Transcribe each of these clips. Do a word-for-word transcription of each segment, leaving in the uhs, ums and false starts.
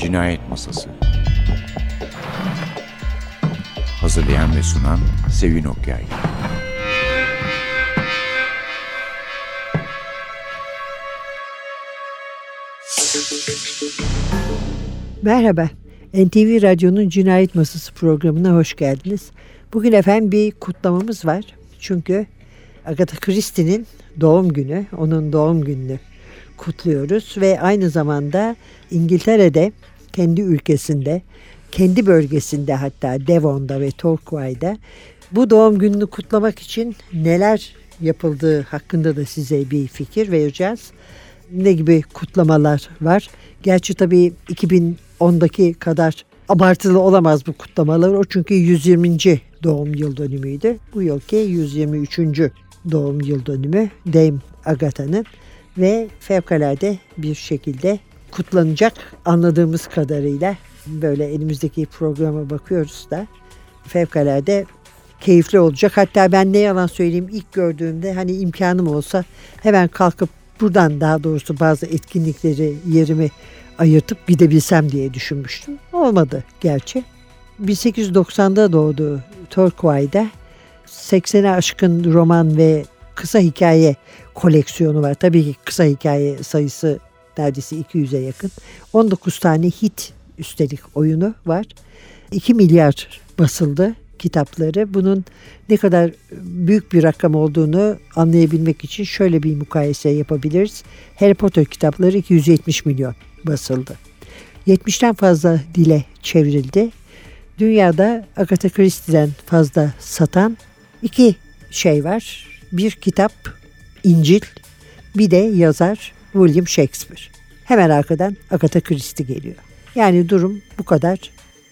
Cinayet Masası. Hazırlayan ve sunan Sevin Okyay. Merhaba, N T V Radyo'nun Cinayet Masası programına hoş geldiniz. Bugün efendim bir kutlamamız var. Çünkü Agatha Christie'nin doğum günü, onun doğum gününü kutluyoruz. Ve aynı zamanda İngiltere'de, kendi ülkesinde, kendi bölgesinde, hatta Devon'da ve Torquay'da bu doğum gününü kutlamak için neler yapıldığı hakkında da size bir fikir vereceğiz. Ne gibi kutlamalar var? Gerçi tabii iki bin ondaki kadar abartılı olamaz bu kutlamalar. O çünkü yüz yirminci doğum yıl dönümüydü. Bu yılki yüz yirmi üçüncü doğum yıl dönümü Dame Agatha'nın ve fevkalade bir şekilde kutlanacak anladığımız kadarıyla. Böyle elimizdeki programa bakıyoruz da fevkalade keyifli olacak. Hatta ben ne yalan söyleyeyim, ilk gördüğümde hani imkanım olsa hemen kalkıp buradan, daha doğrusu bazı etkinlikleri yerimi ayırtıp gidebilsem diye düşünmüştüm. Olmadı gerçi. bin sekiz yüz doksanda doğduğu Torquay'da seksene aşkın roman ve kısa hikaye koleksiyonu var. Tabii ki kısa hikaye sayısı neredeyse iki yüze yakın. on dokuz tane hit üstelik oyunu var. iki milyar basıldı kitapları. Bunun ne kadar büyük bir rakam olduğunu anlayabilmek için şöyle bir mukayese yapabiliriz. Harry Potter kitapları iki yüz yetmiş milyon basıldı. yetmişten fazla dile çevrildi. Dünyada Agatha Christie'den fazla satan iki şey var. Bir kitap İncil, bir de yazar William Shakespeare. Hemen arkadan Agatha Christie geliyor. Yani durum bu kadar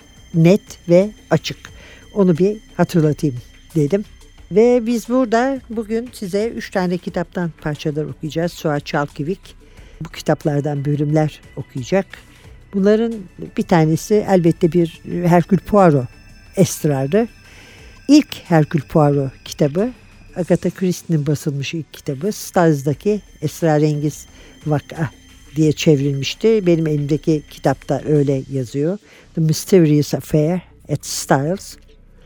net ve açık. Onu bir hatırlatayım dedim. Ve biz burada bugün size üç tane kitaptan parçalar okuyacağız. Suat Çalkivik bu kitaplardan bölümler okuyacak. Bunların bir tanesi elbette bir Hercule Poirot esrarı. İlk Hercule Poirot kitabı, Agatha Christie'nin basılmış ilk kitabı, Styles'daki Esrarengiz Vaka diye çevrilmişti. Benim elimdeki kitapta öyle yazıyor. The Mysterious Affair at Styles.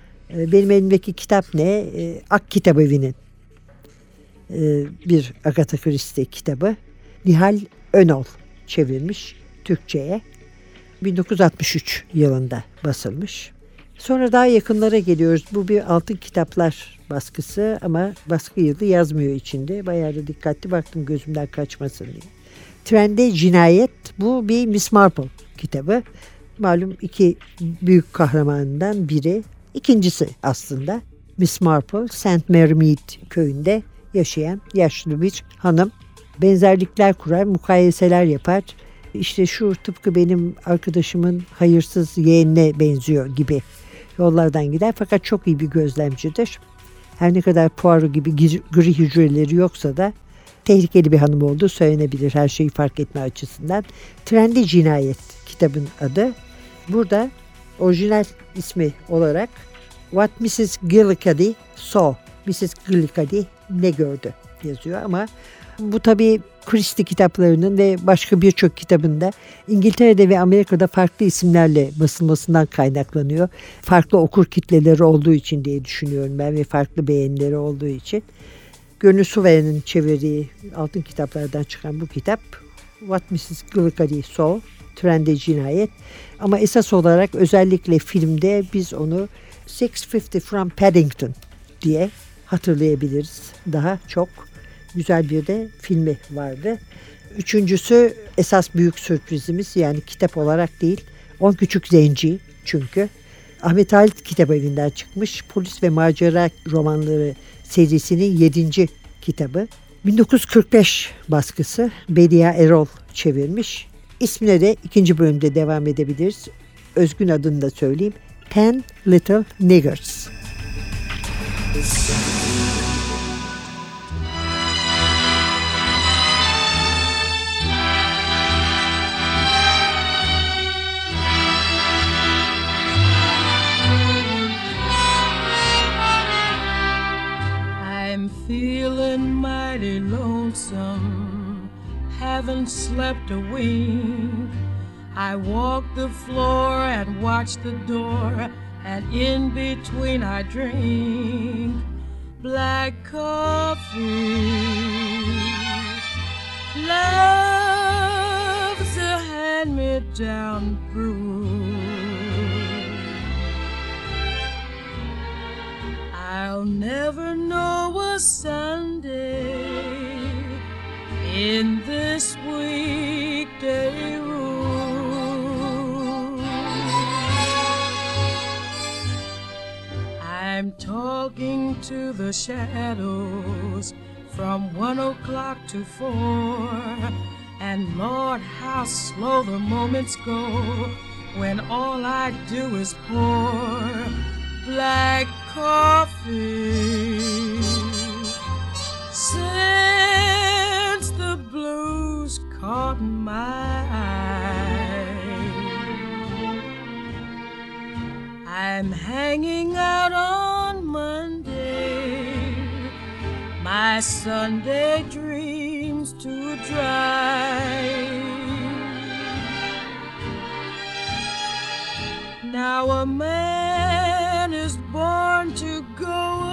Benim elimdeki kitap ne? Ak Kitabevi'nin bir Agatha Christie kitabı. Nihal Önol çevirmiş Türkçe'ye. bin dokuz yüz altmış üç yılında basılmış. Sonra daha yakınlara geliyoruz. Bu bir Altın Kitaplar baskısı ama baskı yılı yazmıyor içinde. Bayağı da dikkatli baktım gözümden kaçmasın diye. Trende Cinayet, bu bir Miss Marple kitabı. Malum iki büyük kahramanından biri. İkincisi aslında Miss Marple, Saint Mary Mead köyünde yaşayan yaşlı bir hanım. Benzerlikler kurar, mukayeseler yapar. İşte şu tıpkı benim arkadaşımın hayırsız yeğenine benziyor gibi yollardan gider. Fakat çok iyi bir gözlemcidir. Her ne kadar Poirot gibi gri hücreleri yoksa da tehlikeli bir hanım olduğu söylenebilir her şeyi fark etme açısından. Trende Cinayet kitabın adı. Burada orijinal ismi olarak What missus Gillicuddy Saw, missus Gillicuddy ne gördü yazıyor ama bu tabii Christie kitaplarının ve başka birçok kitabında İngiltere'de ve Amerika'da farklı isimlerle basılmasından kaynaklanıyor. Farklı okur kitleleri olduğu için diye düşünüyorum ben ve farklı beğenileri olduğu için. Gönül Suveren'in çevirdiği Altın Kitaplardan çıkan bu kitap What missus Gillicuddy Saw, Trende Cinayet. Ama esas olarak özellikle filmde biz onu altı yüz elli from Paddington diye hatırlayabiliriz. Daha çok güzel bir de filmi vardı. Üçüncüsü esas büyük sürprizimiz, yani kitap olarak değil, On Küçük Zenci, çünkü Ahmet Halit Kitabevi'nden çıkmış polis ve macera romanları serisinin yedinci kitabı. bin dokuz yüz kırk beş baskısı, Bedia Erol çevirmiş. İsmine de ikinci bölümde devam edebiliriz. Özgün adını da söyleyeyim. Ten Little Niggers. I'm feeling mighty lonesome, haven't slept a wink. I walk the floor and watch the door, and in between I drink black coffee. Love's a hand-me-down brew. I'll never know a Sunday in this weekday rule. I'm talking to the shadows from one o'clock to four, and Lord, how slow the moments go when all I do is pour black coffee. Since the blues caught my eye, I'm hanging out on Monday, my Sunday dreams to dry. Now a man is born to go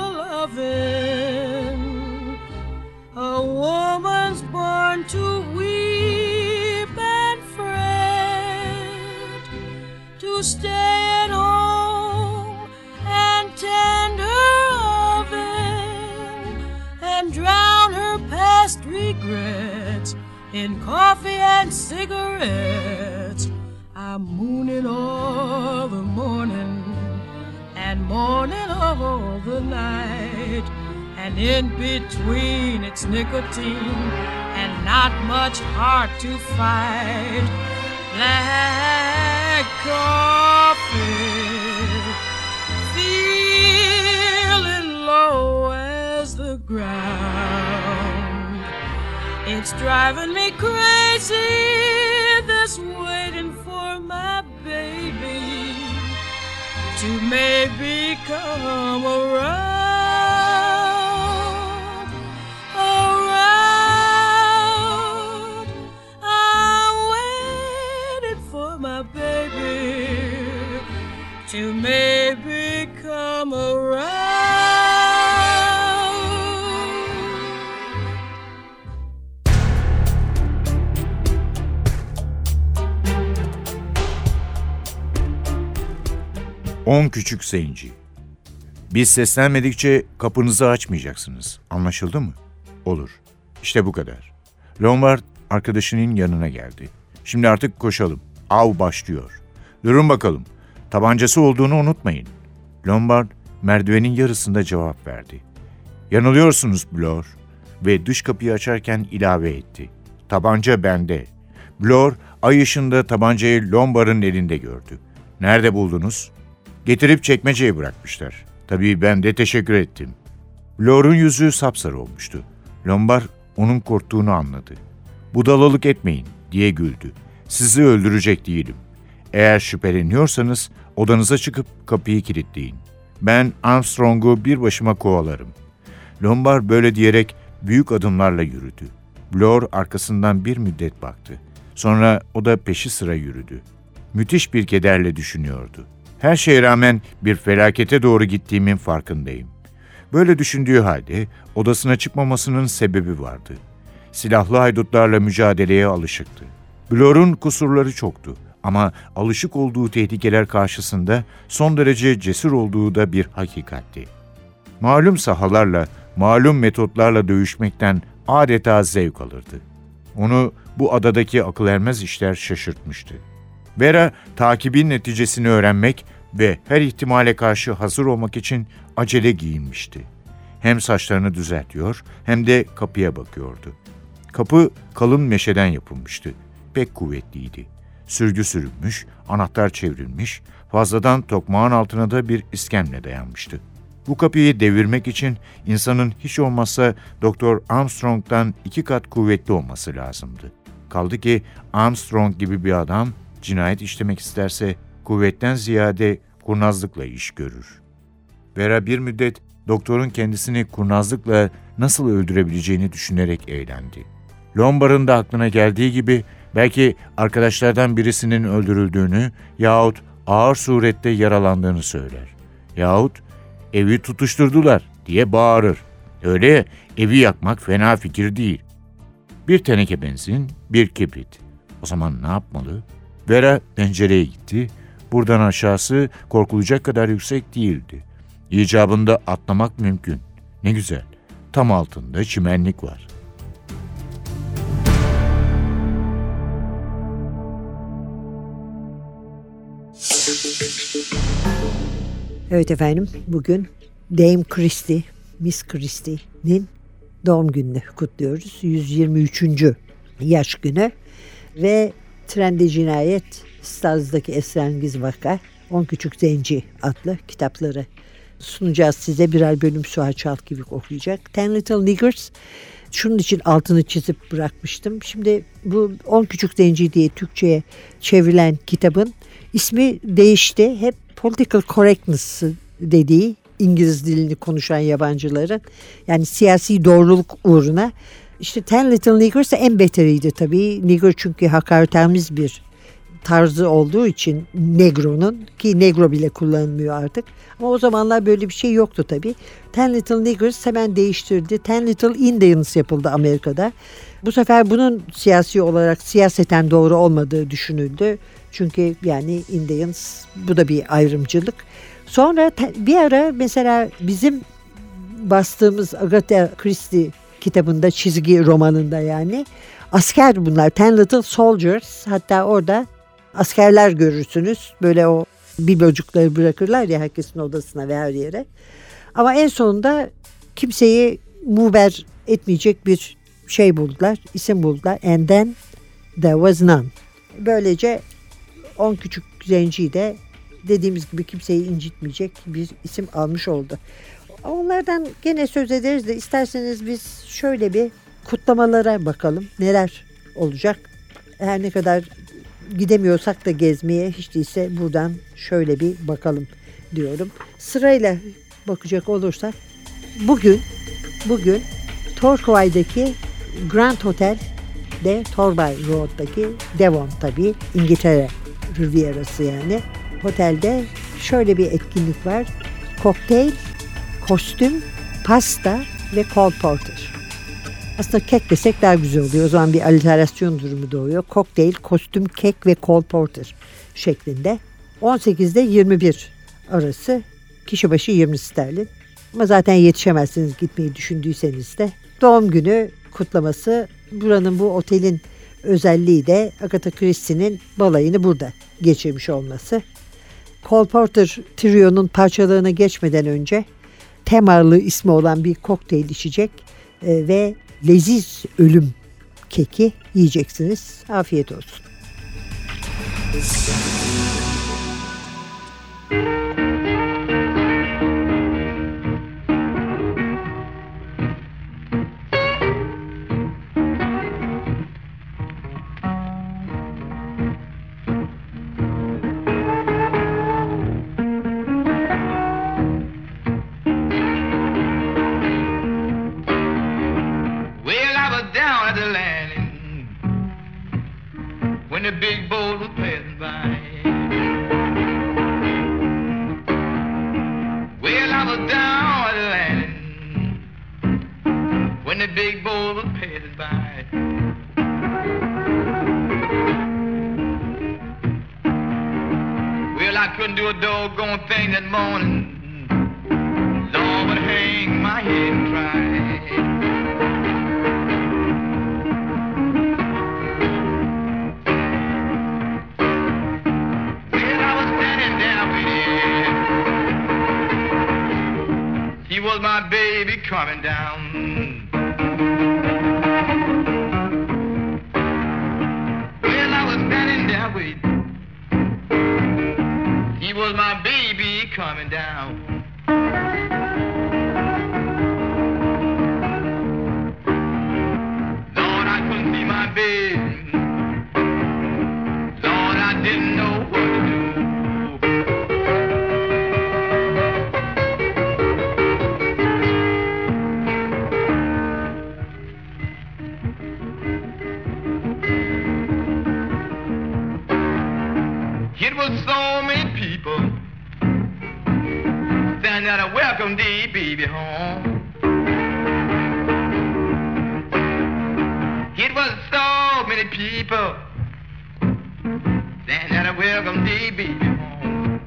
a-loving, a woman's born to weep and fret, to stay at home and tend her oven, and drown her past regrets in coffee and cigarettes. I'm mooning all the morning and morning all the night, and in between it's nicotine and not much heart to fight. Black coffee, feeling low as the ground. It's driving me crazy, this waiting for my baby to maybe come around, around. I'm waiting for my baby to maybe come around. On küçük zenci. Biz seslenmedikçe kapınızı açmayacaksınız. Anlaşıldı mı? Olur. İşte bu kadar. Lombard arkadaşının yanına geldi. Şimdi artık koşalım. Av başlıyor. Durun bakalım. Tabancası olduğunu unutmayın. Lombard merdivenin yarısında cevap verdi. Yanılıyorsunuz Blor. Ve dış kapıyı açarken ilave etti. Tabanca bende. Blor ay ışığında tabancayı Lombard'ın elinde gördü. Nerede buldunuz? Getirip çekmeceye bırakmışlar. Tabii ben de teşekkür ettim. Blor'un yüzü sapsarı olmuştu. Lombard onun korktuğunu anladı. Budalalık etmeyin diye güldü. Sizi öldürecek değilim. Eğer şüpheleniyorsanız odanıza çıkıp kapıyı kilitleyin. Ben Armstrong'u bir başıma kovalarım. Lombard böyle diyerek büyük adımlarla yürüdü. Blor arkasından bir müddet baktı. Sonra o da peşi sıra yürüdü. Müthiş bir kederle düşünüyordu. Her şeye rağmen bir felakete doğru gittiğimin farkındayım. Böyle düşündüğü halde odasına çıkmamasının sebebi vardı. Silahlı haydutlarla mücadeleye alışıktı. Blor'un kusurları çoktu ama alışık olduğu tehlikeler karşısında son derece cesur olduğu da bir hakikatti. Malum sahalarla, malum metotlarla dövüşmekten adeta zevk alırdı. Onu bu adadaki akıl ermez işler şaşırtmıştı. Vera, takibin neticesini öğrenmek ve her ihtimale karşı hazır olmak için acele giyinmişti. Hem saçlarını düzeltiyor hem de kapıya bakıyordu. Kapı kalın meşeden yapılmıştı. Pek kuvvetliydi. Sürgü sürülmüş, anahtar çevrilmiş, fazladan tokmağın altına da bir iskemle dayanmıştı. Bu kapıyı devirmek için insanın hiç olmazsa Doktor Armstrong'dan iki kat kuvvetli olması lazımdı. Kaldı ki Armstrong gibi bir adam cinayet işlemek isterse kuvvetten ziyade kurnazlıkla iş görür. Vera bir müddet doktorun kendisini kurnazlıkla nasıl öldürebileceğini düşünerek eğlendi. Lombard'ın da aklına geldiği gibi Belki arkadaşlardan birisinin öldürüldüğünü yahut ağır surette yaralandığını söyler. Yahut evi tutuşturdular diye bağırır. Öyle evi yakmak fena fikir değil. Bir teneke benzin, bir kibrit. O zaman ne yapmalı? Vera pencereye gitti. Buradan aşağısı korkulacak kadar yüksek değildi. İcabında atlamak mümkün. Ne güzel. Tam altında çimenlik var. Evet efendim, bugün Dame Christie, Miss Christie'nin doğum gününü kutluyoruz. yüz yirmi üçüncü yaş günü ve Trende Cinayet, Staz'daki Esrarengiz Vaka, On Küçük Zenci adlı kitapları sunacağız size. Birer bölüm Suha Çaltgivik okuyacak. Ten Little Niggers, şunun için altını çizip bırakmıştım. Şimdi bu On Küçük Zenci diye Türkçe'ye çevrilen kitabın ismi değişti. Hep political correctness dediği İngiliz dilini konuşan yabancıların, yani siyasi doğruluk uğruna, işte Ten Little Niggers en beteriydi tabii. Nigger çünkü hakaretamiz bir tarzı olduğu için negronun, ki negro bile kullanılmıyor artık. Ama o zamanlar böyle bir şey yoktu tabii. Ten Little Niggers hemen değiştirdi. Ten Little Indians yapıldı Amerika'da. Bu sefer bunun siyasi olarak siyaseten doğru olmadığı düşünüldü. Çünkü yani Indians, bu da bir ayrımcılık. Sonra bir ara mesela bizim bastığımız Agatha Christie kitabında, çizgi romanında yani asker bunlar, Ten Little Soldiers, hatta orada askerler görürsünüz. Böyle o biblocukları bırakırlar ya herkesin odasına ve her yere. Ama en sonunda kimseyi muhber etmeyecek bir şey buldular, isim buldular. And then there was none. Böylece On Küçük Zenci'yi de dediğimiz gibi kimseyi incitmeyecek bir isim almış oldu. Onlardan gene söz ederiz de isterseniz biz şöyle bir kutlamalara bakalım. Neler olacak? Her ne kadar gidemiyorsak da gezmeye, hiç değilse buradan şöyle bir bakalım diyorum. Sırayla bakacak olursak bugün bugün Torquay'daki Grand Hotel de Torbay Road'daki Devon, tabii İngiltere Rivierası yani. Otelde şöyle bir etkinlik var. Kokteyl, kostüm, pasta ve Cole Porter. Aslında kek desek daha güzel oluyor. O zaman bir aliterasyon durumu doğuyor. Kokteyl, kostüm, kek ve Cole Porter şeklinde. on sekizde yirmi bir arası, kişi başı yirmi sterlin. Ama zaten yetişemezsiniz gitmeyi düşündüyseniz de. Doğum günü kutlaması, buranın, bu otelin özelliği de Agatha Christie'nin balayını burada geçirmiş olması. Cole Porter Trio'nun parçalarına geçmeden önce temalı ismi olan bir kokteyl içecek e, ve leziz ölüm keki yiyeceksiniz. Afiyet olsun. When the big boat was passing by, well, I was down at the landing when the big boat was passing by. Well, I couldn't do a doggone thing that morning. Lord would hang my head and cry. She was my baby coming down. Well, I was standing there waiting. He was my baby coming down. Lord, I couldn't see my baby. Lord, I didn't know what to do. was so many people saying that I welcome thee, baby, home. It was so many people saying that I welcome thee, baby, home.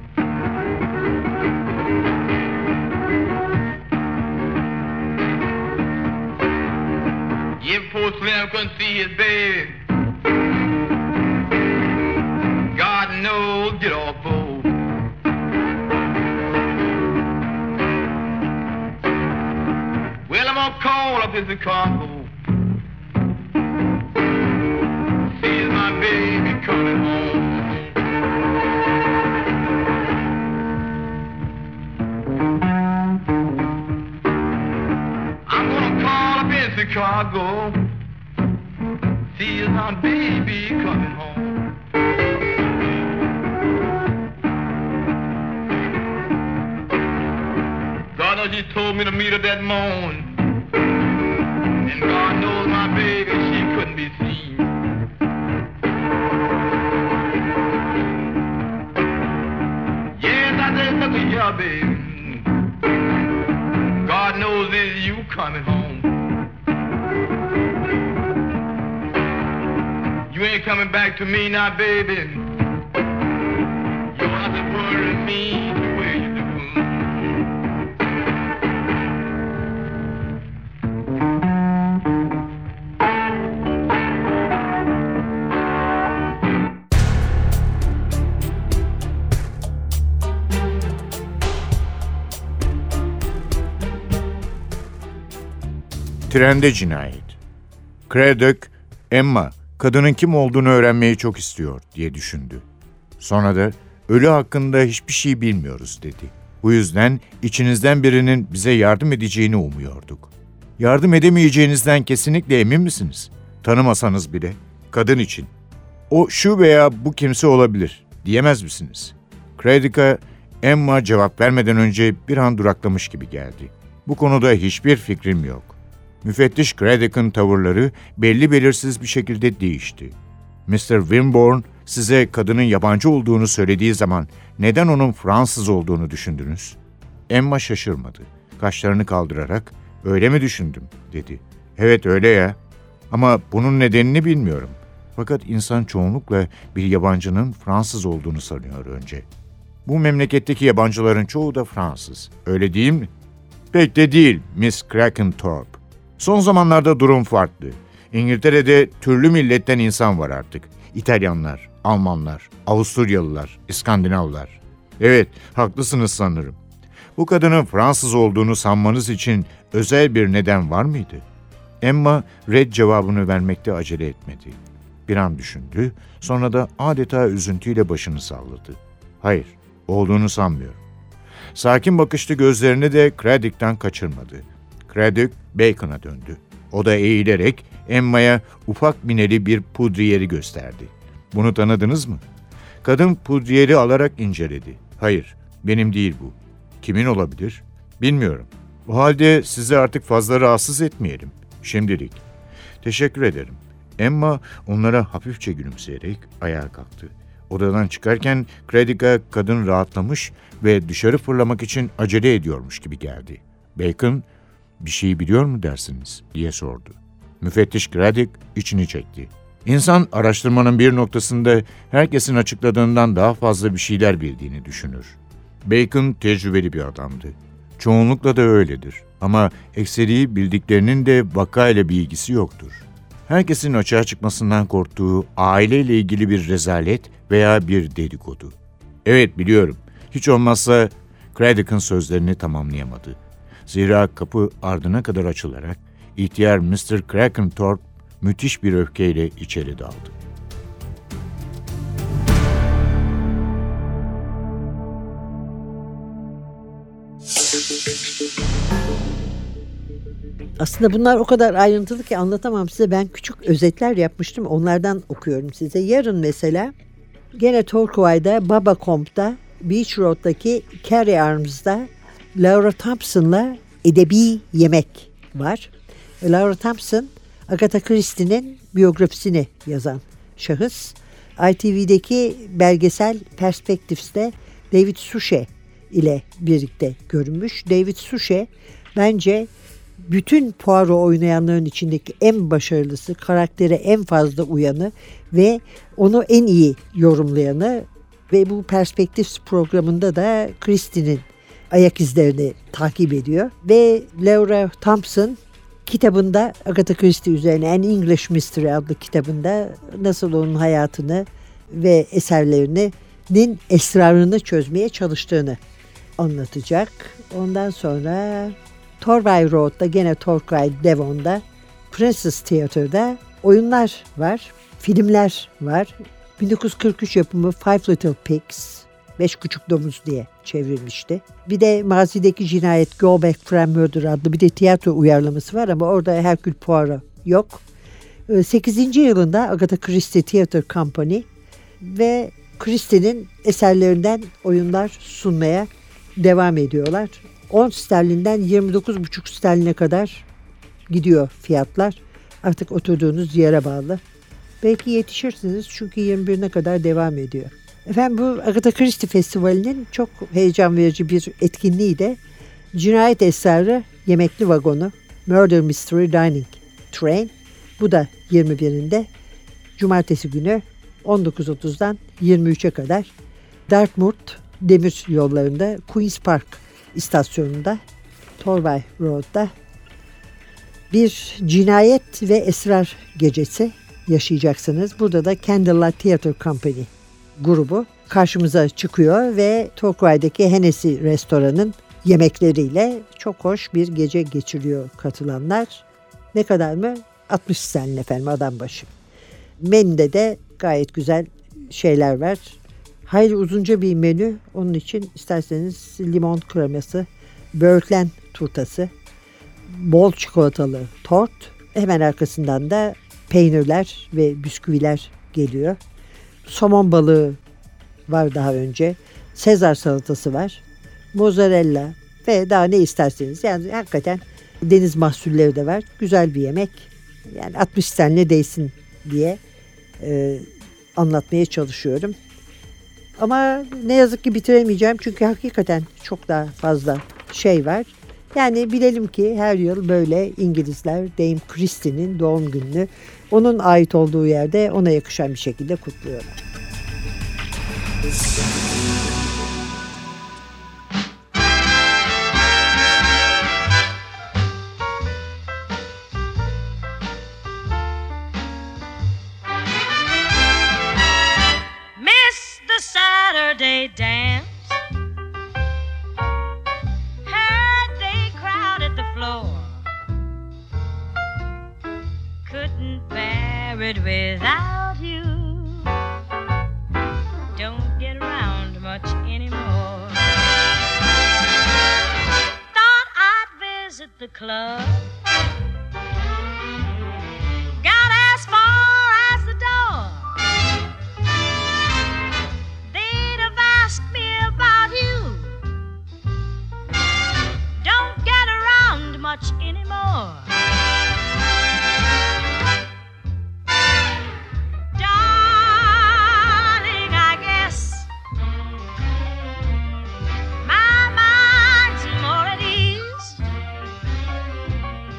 If poor Slim couldn't see his baby, God knows get off board. Well, I'm gonna call up his Chicago. See, is my baby coming home? I'm gonna call up in Chicago. See, is my baby coming home? God knows she told me to meet her that morning. And God knows my baby, she couldn't be seen. Yes, I said, look at here, baby. God knows it's you coming home. You ain't coming back to me now, baby. You have to worry me the way you do. Trende cinayet. Craddock, Emma, kadının kim olduğunu öğrenmeyi çok istiyor diye düşündü. Sonra da ölü hakkında hiçbir şey bilmiyoruz dedi. Bu yüzden içinizden birinin bize yardım edeceğini umuyorduk. Yardım edemeyeceğinizden kesinlikle emin misiniz? Tanımasanız bile, kadın için. O şu veya bu kimse olabilir diyemez misiniz? Craddock'a Emma cevap vermeden önce bir an duraklamış gibi geldi. Bu konuda hiçbir fikrim yok. Müfettiş Craddock'ın tavırları belli belirsiz bir şekilde değişti. mister Winborn size kadının yabancı olduğunu söylediği zaman neden onun Fransız olduğunu düşündünüz? Emma şaşırmadı. Kaşlarını kaldırarak öyle mi düşündüm dedi. Evet öyle ya. Ama bunun nedenini bilmiyorum. Fakat insan çoğunlukla bir yabancının Fransız olduğunu sanıyor önce. Bu memleketteki yabancıların çoğu da Fransız. Öyle değil mi? Pek de değil Miss Crackenthorpe. Son zamanlarda durum farklı. İngiltere'de türlü milletten insan var artık. İtalyanlar, Almanlar, Avusturyalılar, İskandinavlar. Evet, haklısınız sanırım. Bu kadının Fransız olduğunu sanmanız için özel bir neden var mıydı? Emma red cevabını vermekte acele etmedi. Bir an düşündü, sonra da adeta üzüntüyle başını salladı. Hayır, olduğunu sanmıyorum. Sakin bakışlı gözlerini de Craddock'tan kaçırmadı. Craddock Bacon'a döndü. O da eğilerek Emma'ya ufak mineli bir pudriyeri gösterdi. Bunu tanıdınız mı? Kadın pudriyeri alarak inceledi. Hayır, benim değil bu. Kimin olabilir? Bilmiyorum. O halde sizi artık fazla rahatsız etmeyelim. Şimdilik. Teşekkür ederim. Emma onlara hafifçe gülümseyerek ayağa kalktı. Odadan çıkarken Craddock'a kadın rahatlamış ve dışarı fırlamak için acele ediyormuş gibi geldi. Bacon, bir şey biliyor mu dersiniz diye sordu. Müfettiş Craddock içini çekti. İnsan araştırmanın bir noktasında herkesin açıkladığından daha fazla bir şeyler bildiğini düşünür. Bacon tecrübeli bir adamdı. Çoğunlukla da öyledir. Ama ekseri bildiklerinin de vakayla bir ilgisi yoktur. Herkesin açığa çıkmasından korktuğu aileyle ilgili bir rezalet veya bir dedikodu. Evet biliyorum. Hiç olmazsa Craddock'ın sözlerini tamamlayamadı. Zira kapı ardına kadar açılarak ihtiyar mister Crackenthorpe müthiş bir öfkeyle içeri daldı. Aslında bunlar o kadar ayrıntılı ki anlatamam size. Ben küçük özetler yapmıştım. Onlardan okuyorum size. Yarın mesela gene Torquay'da, Babacomb'da, Beach Road'daki Carey Arms'da Laura Thompson'la edebi yemek var. Laura Thompson, Agatha Christie'nin biyografisini yazan şahıs I T V'deki belgesel Perspectives'te David Suchet ile birlikte görünmüş. David Suchet bence bütün Poirot oynayanların içindeki en başarılısı, karaktere en fazla uyanı ve onu en iyi yorumlayanı ve bu Perspectives programında da Christie'nin ayak izlerini takip ediyor. Ve Laura Thompson kitabında Agatha Christie üzerine An English Mystery adlı kitabında nasıl onun hayatını ve eserlerinin esrarını çözmeye çalıştığını anlatacak. Ondan sonra Torquay Road'da gene Torquay Devon'da Princess Theatre'da oyunlar var, filmler var. bin dokuz yüz kırk üç yapımı Five Little Pigs, Beş Küçük Domuz diye çevrilmişti. Bir de mazideki cinayet Go Back from Murder adlı bir de tiyatro uyarlaması var ama orada Hercule Poirot yok. sekizinci yılında Agatha Christie Theatre Company ve Christie'nin eserlerinden oyunlar sunmaya devam ediyorlar. on sterlinden yirmi dokuz buçuk sterline kadar gidiyor fiyatlar. Artık oturduğunuz yere bağlı. Belki yetişirsiniz çünkü yirmi birine kadar devam ediyor. Efendim bu Agatha Christie Festivali'nin çok heyecan verici bir etkinliği de Cinayet Esrarı Yemekli Vagonu, Murder Mystery Dining Train. Bu da yirmi birinde Cumartesi günü on dokuz otuzdan yirmi üçe kadar Dartmouth demir yollarında Queen's Park istasyonunda Torquay Road'da bir cinayet ve esrar gecesi yaşayacaksınız. Burada da Candlelight Theatre Company grubu karşımıza çıkıyor ve Torquay'daki Hennessy restoranın yemekleriyle çok hoş bir gece geçiriyor katılanlar. Ne kadar mı? altmış sterlin efendim adam başı. Menüde de gayet güzel şeyler var. Hayli uzunca bir menü. Onun için isterseniz limon kreması, böğürtlen turtası, bol çikolatalı tort. Hemen arkasından da peynirler ve bisküviler geliyor. Somon balığı var daha önce. Sezar salatası var. Mozzarella ve daha ne isterseniz. Yani hakikaten deniz mahsulleri de var. Güzel bir yemek. Yani altmış sterline değsin diye e, anlatmaya çalışıyorum. Ama ne yazık ki bitiremeyeceğim çünkü hakikaten çok daha fazla şey var. Yani bilelim ki her yıl böyle İngilizler Dame Christie'nin doğum gününü onun ait olduğu yerde ona yakışan bir şekilde kutluyorlar. Miss the Saturday dance. Heard they crowded the floor. Couldn't bear it without you. Don't get around much anymore. Thought I'd visit the club. Got as far as the door. They'd have asked me about you. Don't get around much anymore. Darling, I guess my mind's more at ease.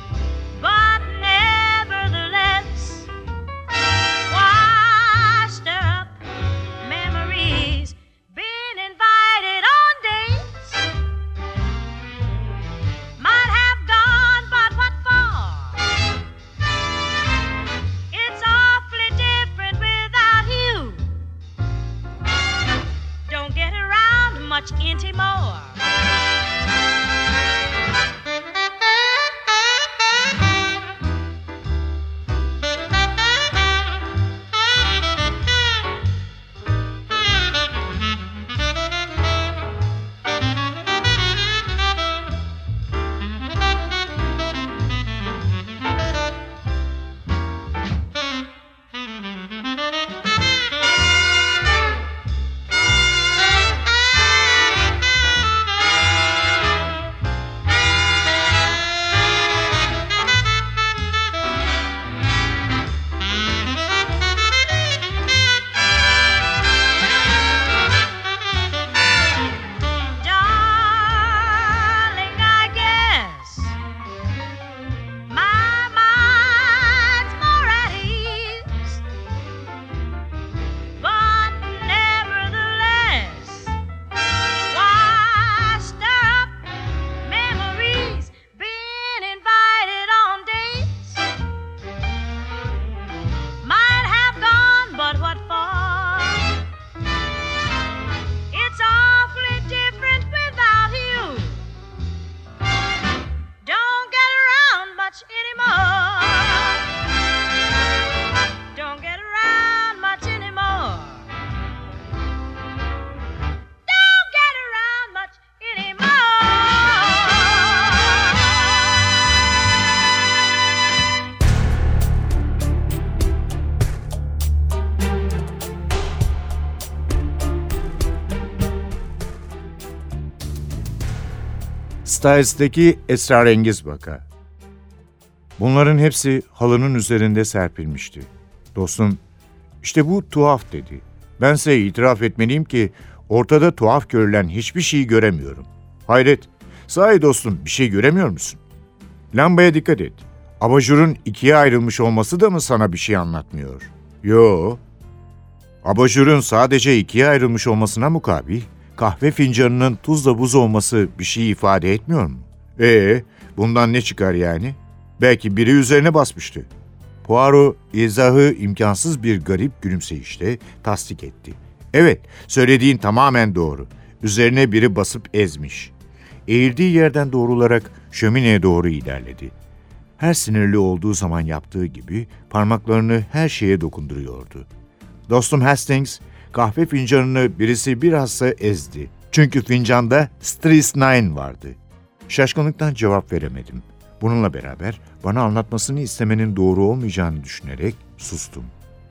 anymore. Don't get around much anymore. Don't get around much anymore. Styles'daki esrarengiz vaka. Bunların hepsi halının üzerinde serpilmişti. Dostum, işte bu tuhaf dedi. Bense itiraf etmeliyim ki ortada tuhaf görülen hiçbir şeyi göremiyorum. Hayret, sahi dostum bir şey göremiyor musun? Lambaya dikkat et. Abajurun ikiye ayrılmış olması da mı sana bir şey anlatmıyor? Yo. Abajurun sadece ikiye ayrılmış olmasına mukabil, kahve fincanının tuzla buz olması bir şey ifade etmiyor mu? Ee, bundan ne çıkar yani? Belki biri üzerine basmıştı. Poirot izahı imkansız bir garip gülümseyişle tasdik etti. Evet, söylediğin tamamen doğru. Üzerine biri basıp ezmiş. Eğildiği yerden doğrularak şömineye doğru ilerledi. Her sinirli olduğu zaman yaptığı gibi parmaklarını her şeye dokunduruyordu. Dostum Hastings, kahve fincanını birisi bilhassa ezdi. Çünkü fincanda strychnine vardı. Şaşkınlıktan cevap veremedim. Bununla beraber bana anlatmasını istemenin doğru olmayacağını düşünerek sustum.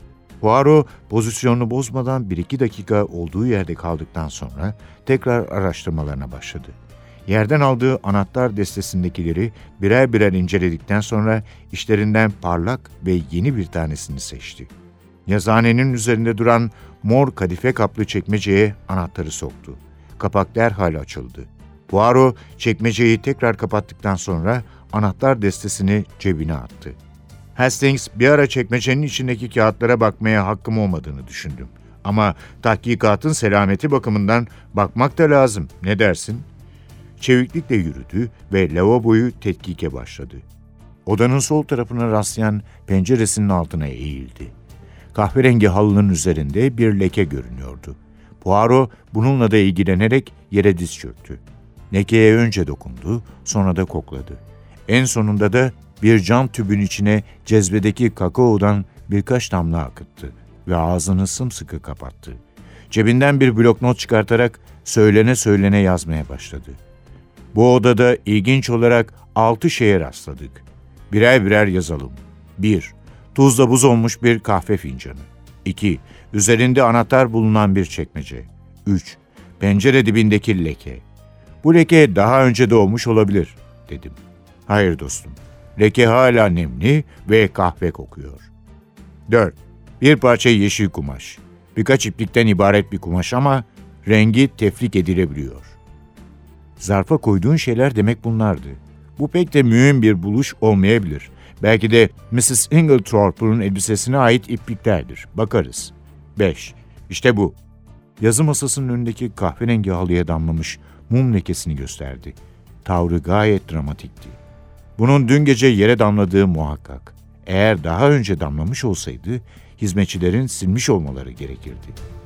Poirot pozisyonunu bozmadan bir iki dakika olduğu yerde kaldıktan sonra tekrar araştırmalarına başladı. Yerden aldığı anahtar destesindekileri birer birer inceledikten sonra işlerinden parlak ve yeni bir tanesini seçti. Yazıhanenin üzerinde duran mor kadife kaplı çekmeceye anahtarı soktu. Kapak derhal açıldı. Poirot çekmeceyi tekrar kapattıktan sonra anahtar destesini cebine attı. Hastings bir ara çekmecenin içindeki kağıtlara bakmaya hakkım olmadığını düşündüm. Ama tahkikatın selameti bakımından bakmak da lazım. Ne dersin? Çeviklikle yürüdü ve lavaboyu tetkike başladı. Odanın sol tarafına rastlayan penceresinin altına eğildi. Kahverengi halının üzerinde bir leke görünüyordu. Poirot bununla da ilgilenerek yere diz çöktü. Lekeye önce dokundu, sonra da kokladı. En sonunda da bir cam tübün içine cezvedeki kakaodan birkaç damla akıttı ve ağzını sımsıkı kapattı. Cebinden bir bloknot çıkartarak söylene söylene yazmaya başladı. Bu odada ilginç olarak altı şeye rastladık. Birer birer yazalım. bir. Tuzla buz olmuş bir kahve fincanı. iki. Üzerinde anahtar bulunan bir çekmece. üç. Pencere dibindeki leke. Bu leke daha önce de olmuş olabilir, dedim. Hayır dostum, leke hala nemli ve kahve kokuyor. dört. Bir parça yeşil kumaş. Birkaç iplikten ibaret bir kumaş ama rengi tefrik edilebiliyor. Zarfa koyduğun şeyler demek bunlardı. Bu pek de mühim bir buluş olmayabilir. Belki de missus Inglethorpe'un elbisesine ait ipliklerdir. Bakarız. beş. İşte bu. Yazı masasının önündeki kahverengi halıya damlamış mum lekesini gösterdi. Tavrı gayet dramatikti. Bunun dün gece yere damladığı muhakkak. Eğer daha önce damlamış olsaydı, hizmetçilerin silmiş olmaları gerekirdi.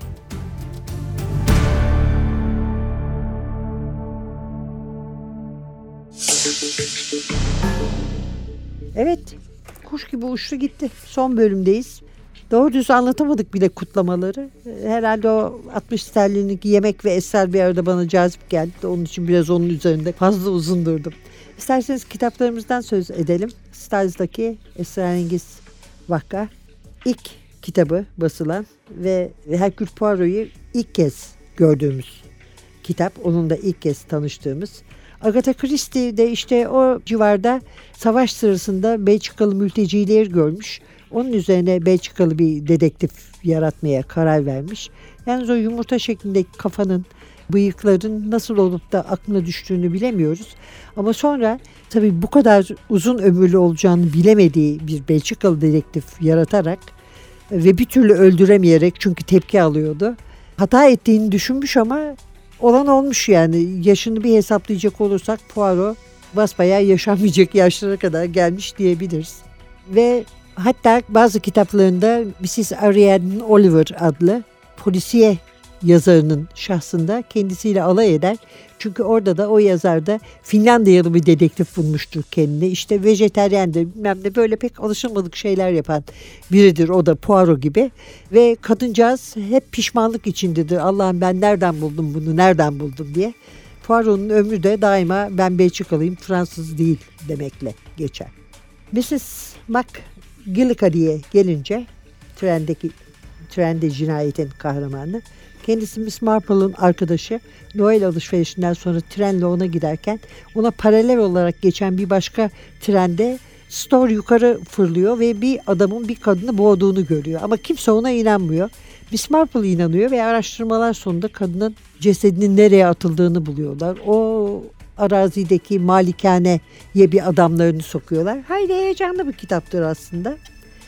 Evet, kuş gibi uçtu gitti. Son bölümdeyiz. Doğru düz anlatamadık bile kutlamaları. Herhalde o altmış sterlinlik yemek ve esrar bir arada bana cazip geldi. Onun için biraz onun üzerinde fazla uzun durdum. İsterseniz kitaplarımızdan söz edelim. Styles'daki Esrarengiz Vaka ilk kitabı basılan ve Hercule Poirot'u ilk kez gördüğümüz kitap. Onunla ilk kez tanıştığımız. Agatha Christie de işte o civarda savaş sırasında Belçikalı mültecileri görmüş. Onun üzerine Belçikalı bir dedektif yaratmaya karar vermiş. Yalnız o yumurta şeklindeki kafanın, bıyıkların nasıl olup da aklına düştüğünü bilemiyoruz. Ama sonra tabii bu kadar uzun ömürlü olacağını bilemediği bir Belçikalı dedektif yaratarak ve bir türlü öldüremeyerek, çünkü tepki alıyordu, hata ettiğini düşünmüş ama olan olmuş yani. Yaşını bir hesaplayacak olursak Poirot basbayağı yaşanmayacak yaşlara kadar gelmiş diyebiliriz. Ve hatta bazı kitaplarında missus Ariadne Oliver adlı polisiye yazarının şahsında kendisiyle alay eder. Çünkü orada da o yazar da Finlandiyalı bir dedektif bulmuştur kendini. İşte vejeteryendir, bilmem ne, böyle pek alışılmadık şeyler yapan biridir o da, Poirot gibi. Ve kadıncağız hep pişmanlık içindedir. Allah'ım ben nereden buldum bunu, nereden buldum diye. Poirot'un ömrü de daima ben Belçikalıyım, Fransız değil demekle geçer. missus McGillicuddy'ye gelince, trendeki trende cinayetin kahramanı, kendisi Miss Marple'ın arkadaşı. Noel alışverişinden sonra trenle ona giderken ona paralel olarak geçen bir başka trende Store yukarı fırlıyor ve bir adamın bir kadını boğduğunu görüyor. Ama kimse ona inanmıyor. Miss Marple inanıyor ve araştırmalar sonunda kadının cesedinin nereye atıldığını buluyorlar. O arazideki malikaneye bir adamlarını sokuyorlar. Hayli heyecanlı bir kitaptır aslında.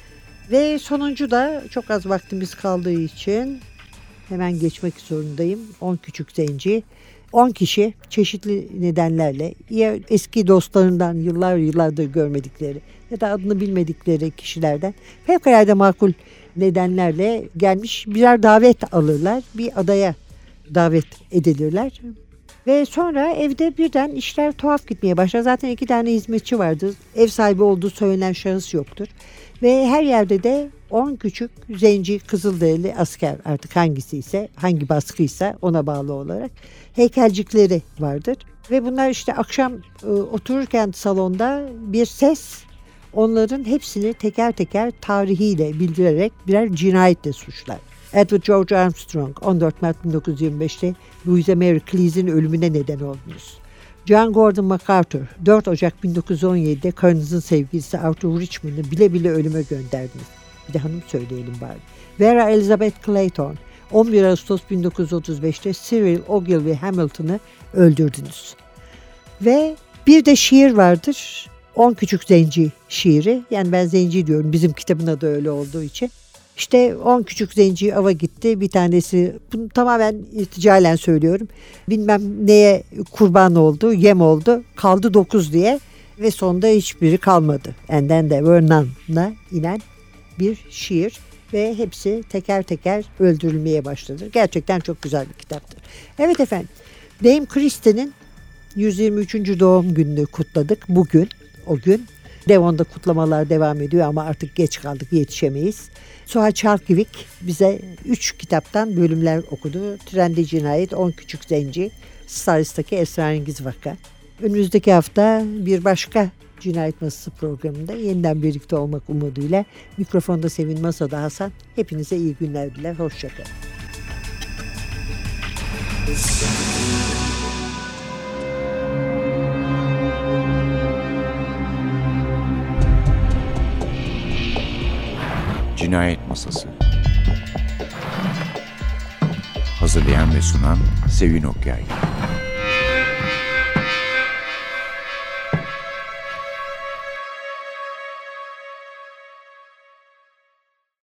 Ve sonuncu da çok az vaktimiz kaldığı için hemen geçmek zorundayım. on Küçük Zenci. on kişi çeşitli nedenlerle ya eski dostlarından yıllar yıllardır görmedikleri ya da adını bilmedikleri kişilerden fevkalade makul nedenlerle gelmiş birer davet alırlar. Bir adaya davet edilirler. Ve sonra evde birden işler tuhaf gitmeye başlar. Zaten iki tane hizmetçi vardır. Ev sahibi olduğu söylenen şahıs yoktur. Ve her yerde de on küçük zenci kızılderili asker, artık hangisi ise, hangi baskıysa ona bağlı olarak heykelcikleri vardır. Ve bunlar işte akşam e, otururken salonda bir ses onların hepsini teker teker tarihiyle bildirerek birer cinayetle suçlar. Edward George Armstrong on dört Mart bin dokuz yüz yirmi beşte Louisa Mary Clease'in ölümüne neden oldunuz. John Gordon MacArthur dört Ocak bin dokuz yüz on yedide karınızın sevgilisi Arthur Richmond'ı bile bile ölüme gönderdiniz. Bir de hanım söyleyelim bari. Vera Elizabeth Clayton on bir Ağustos bin dokuz yüz otuz beşte Cyril Ogilvy Hamilton'ı öldürdünüz. Ve bir de şiir vardır. on Küçük Zenci şiiri. Yani ben zenci diyorum, bizim kitabın adı öyle olduğu için. İşte on küçük zenci ava gitti. Bir tanesi, bunu tamamen irticalen söylüyorum, bilmem neye kurban oldu, yem oldu, kaldı dokuz diye ve sonunda hiçbiri kalmadı. And then there were none'na inen bir şiir ve hepsi teker teker öldürülmeye başladı. Gerçekten çok güzel bir kitaptır. Evet efendim, Dame Christie'nin yüz yirmi üçüncü doğum gününü kutladık bugün, o gün. Devon'da kutlamalar devam ediyor ama artık geç kaldık, yetişemeyiz. Suha Çalkivik bize üç kitaptan bölümler okudu. Trende Cinayet, on Küçük Zenci, Staris'taki Esrarengiz Vaka. Önümüzdeki hafta bir başka Cinayet Masası programında yeniden birlikte olmak umuduyla mikrofonda Sevin, masada Hasan. Hepinize iyi günler diler. Hoşçakalın. Cinayet Masası. Hazırlayan ve sunan Sevin Okyay.